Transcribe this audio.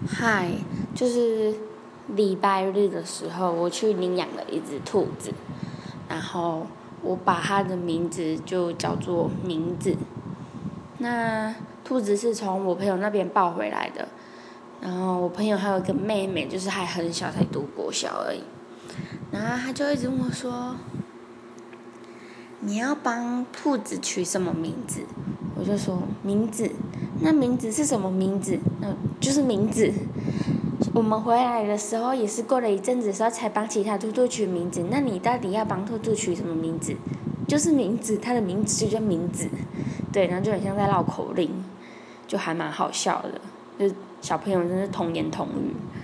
嗨，就是礼拜日的时候，我去领养了一只兔子，然后我把它的名字就叫做名字。那兔子是从我朋友那边抱回来的，然后我朋友还有一个妹妹，就是还很小，才读国小而已。然后他就一直问我说：“你要帮兔子取什么名字？”我就说：“名字。”那名字是什么名字？那就是名字。我们回来的时候也是过了一阵子的时候才帮其他兔兔取名字。那你到底要帮兔兔取什么名字？就是名字，它的名字就叫名字。对，然后就很像在绕口令，就还蛮好笑的。就是小朋友真是童言童语。